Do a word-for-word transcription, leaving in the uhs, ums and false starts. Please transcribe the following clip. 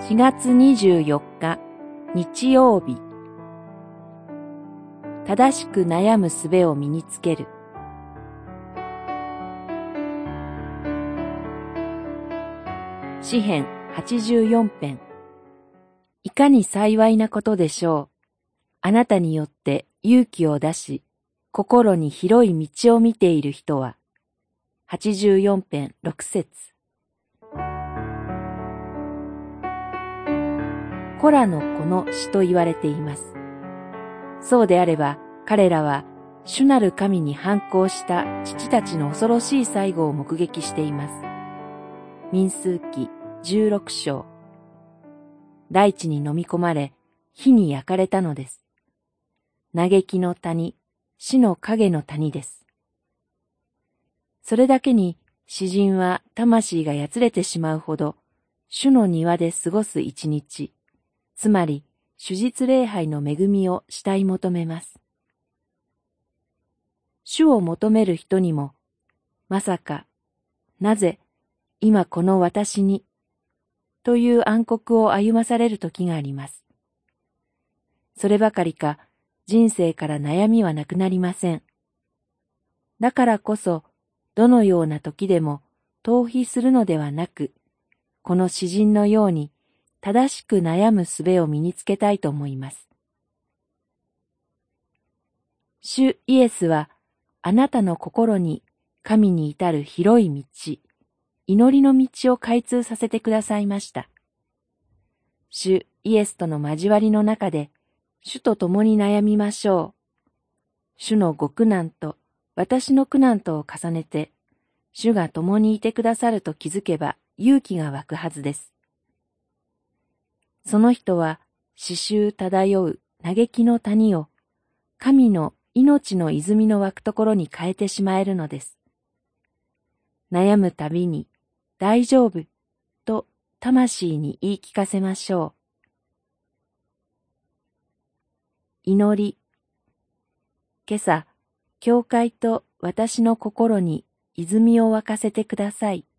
しがつにじゅうよっか日曜日。正しく悩む術を身につける。詩編はちじゅうよん編。いかに幸いなことでしょう。あなたによって勇気を出し、心に広い道を見ている人は。はちじゅうよん編ろく節。コラの子の詩と言われています。そうであれば、彼らは主なる神に反抗した父たちの恐ろしい最後を目撃しています。民数記じゅうろく章。大地に飲み込まれ、火に焼かれたのです。嘆きの谷、死の影の谷です。それだけに詩人は魂がやつれてしまうほど、主の庭で過ごす一日、つまり主日礼拝の恵みを慕い求めます。主を求める人にも、まさか、なぜ、今この私に、という暗黒を歩まされる時があります。そればかりか、人生から悩みはなくなりません。だからこそ、どのような時でも逃避するのではなく、この詩人のように正しく悩む術を身につけたいと思います。主イエスは、あなたの心に神に至る広い道、祈りの道を開通させてくださいました。主イエスとの交わりの中で、主と共に悩みましょう。主のご苦難と私の苦難とを重ねて、主が共にいてくださると気づけば勇気が湧くはずです。その人は、死臭漂う嘆きの谷を、神の命の泉の湧くところに変えてしまえるのです。悩むたびに、大丈夫、と魂に言い聞かせましょう。祈り。今朝、教会と私の心に泉を沸かせてください。